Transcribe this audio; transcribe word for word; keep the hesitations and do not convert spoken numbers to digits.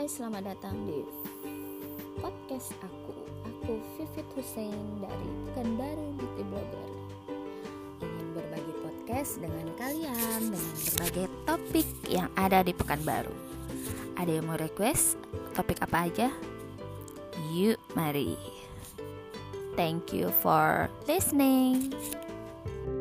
selamat datang di podcast aku. Aku Vivit Hussein dari Pekanbaru Beauty Blogger. Ingin berbagi podcast dengan kalian dengan berbagai topik yang ada di Pekanbaru. Ada yang mau request topik apa aja? Yuk, mari. Thank you for listening.